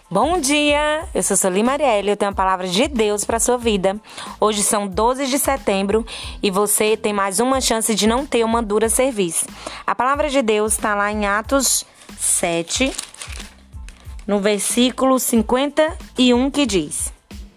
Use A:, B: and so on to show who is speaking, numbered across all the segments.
A: Bom dia, eu sou Sueli Marielle, eu tenho a palavra de Deus para sua vida. Hoje são 12 de setembro e você tem mais uma chance de não ter uma dura cerviz. A palavra de Deus está lá em Atos 7, no versículo 51, que diz: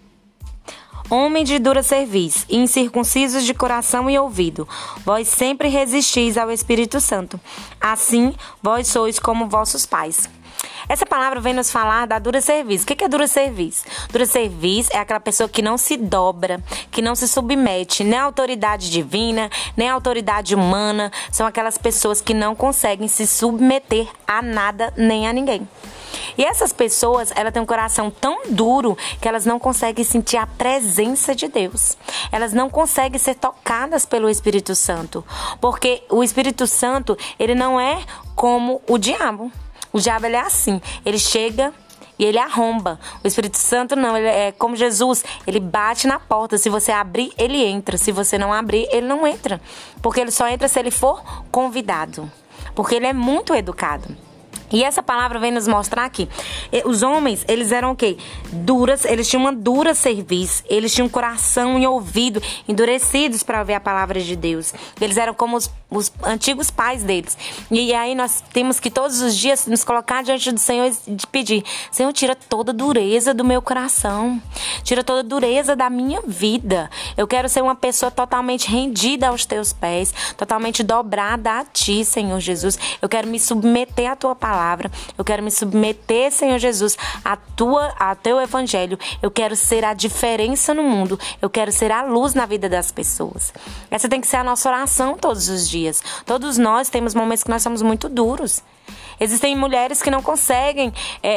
A: Homem de dura cerviz, incircuncisos de coração e ouvido, vós sempre resistis ao Espírito Santo. Assim, vós sois como vossos pais. Essa palavra vem nos falar da dura cerviz. O que é dura cerviz? Dura cerviz é aquela pessoa que não se dobra, que não se submete nem à autoridade divina, nem à autoridade humana. São aquelas pessoas que não conseguem se submeter a nada nem a ninguém. E essas pessoas, elas têm um coração tão duro que elas não conseguem sentir a presença de Deus. Elas não conseguem ser tocadas pelo Espírito Santo. Porque o Espírito Santo, ele não é como o diabo. O diabo, ele é assim, ele chega e ele arromba. O Espírito Santo não, ele é como Jesus, ele bate na porta. Se você abrir, ele entra. Se você não abrir, ele não entra. Porque ele só entra se ele for convidado. Porque ele é muito educado. E essa palavra vem nos mostrar que os homens, eles eram o quê? Duras, eles tinham uma dura cerviz, eles tinham coração e ouvido endurecidos para ouvir a palavra de Deus. Eles eram como os antigos pais deles. E aí nós temos que todos os dias nos colocar diante do Senhor e pedir: Senhor, tira toda a dureza do meu coração, tira toda a dureza da minha vida. Eu quero ser uma pessoa totalmente rendida aos teus pés, totalmente dobrada a ti, Senhor Jesus. Eu quero me submeter à tua palavra. Eu quero me submeter, Senhor Jesus, ao teu evangelho. Eu quero ser a diferença no mundo. Eu quero ser a luz na vida das pessoas. Essa tem que ser a nossa oração todos os dias. Todos nós temos momentos que nós somos muito duros. Existem mulheres que não conseguem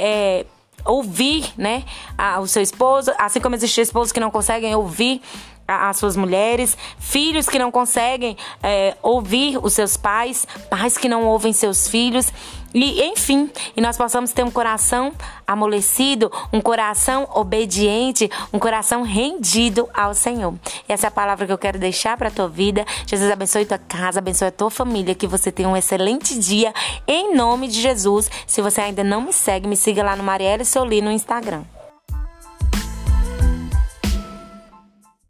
A: ouvir, né, o seu esposo, assim como existem esposos que não conseguem ouvir as suas mulheres, filhos que não conseguem ouvir os seus pais, pais que não ouvem seus filhos, e enfim, e nós possamos ter um coração amolecido, um coração obediente, um coração rendido ao Senhor. Essa é a palavra que eu quero deixar para a tua vida. Jesus abençoe tua casa, abençoe a tua família, que você tenha um excelente dia, em nome de Jesus. Se você ainda não me segue, me siga lá no Marielle Sueli no Instagram.